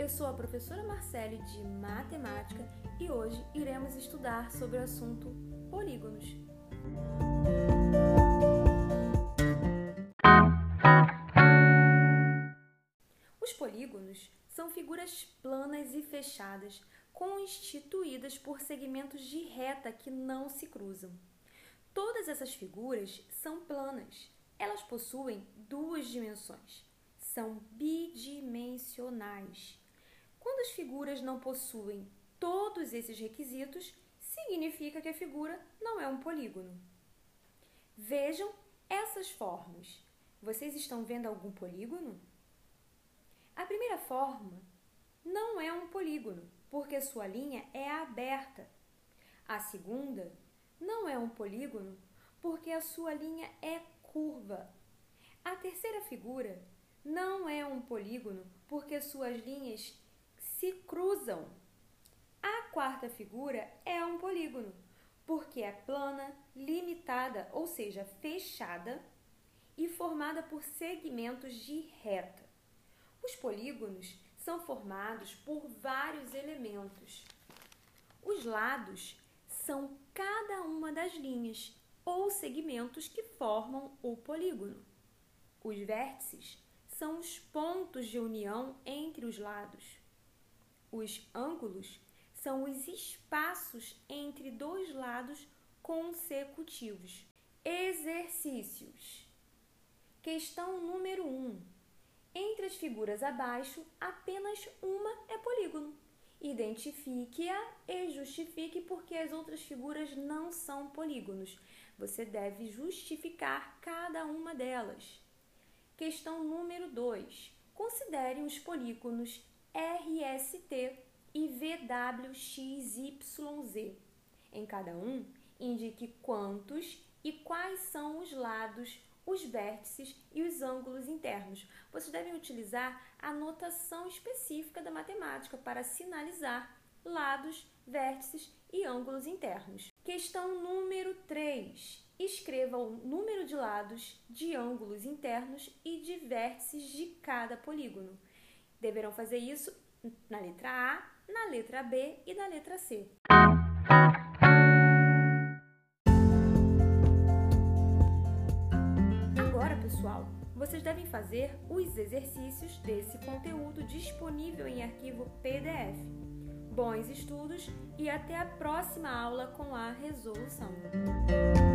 Eu sou a professora Marcele de Matemática e hoje iremos estudar sobre o assunto polígonos. Os polígonos são figuras planas e fechadas, constituídas por segmentos de reta que não se cruzam. Todas essas figuras são planas. Elas possuem duas dimensões. São bidimensionais. Quando as figuras não possuem todos esses requisitos, significa que a figura não é um polígono. Vejam essas formas. Vocês estão vendo algum polígono? A primeira forma não é um polígono, porque sua linha é aberta. A segunda não é um polígono, porque a sua linha é curva. A terceira figura não é um polígono, porque suas linhas se cruzam. A quarta figura é um polígono, porque é plana, limitada, ou seja, fechada, e formada por segmentos de reta. Os polígonos são formados por vários elementos. Os lados são cada uma das linhas ou segmentos que formam o polígono. Os vértices são os pontos de união entre os lados. Os ângulos são os espaços entre dois lados consecutivos. Exercícios. Questão número 1. Entre as figuras abaixo, apenas uma é polígono. Identifique-a e justifique porque as outras figuras não são polígonos. Você deve justificar cada uma delas. Questão número 2. Considere os polígonos RST e VWXYZ. Em cada um, indique quantos e quais são os lados, os vértices e os ângulos internos. Vocês devem utilizar a notação específica da matemática para sinalizar lados, vértices e ângulos internos. Questão número 3. Escreva o número de lados, de ângulos internos e de vértices de cada polígono. Deverão fazer isso na letra A, na letra B e na letra C. Agora, pessoal, vocês devem fazer os exercícios desse conteúdo disponível em arquivo PDF. Bons estudos e até a próxima aula com a resolução.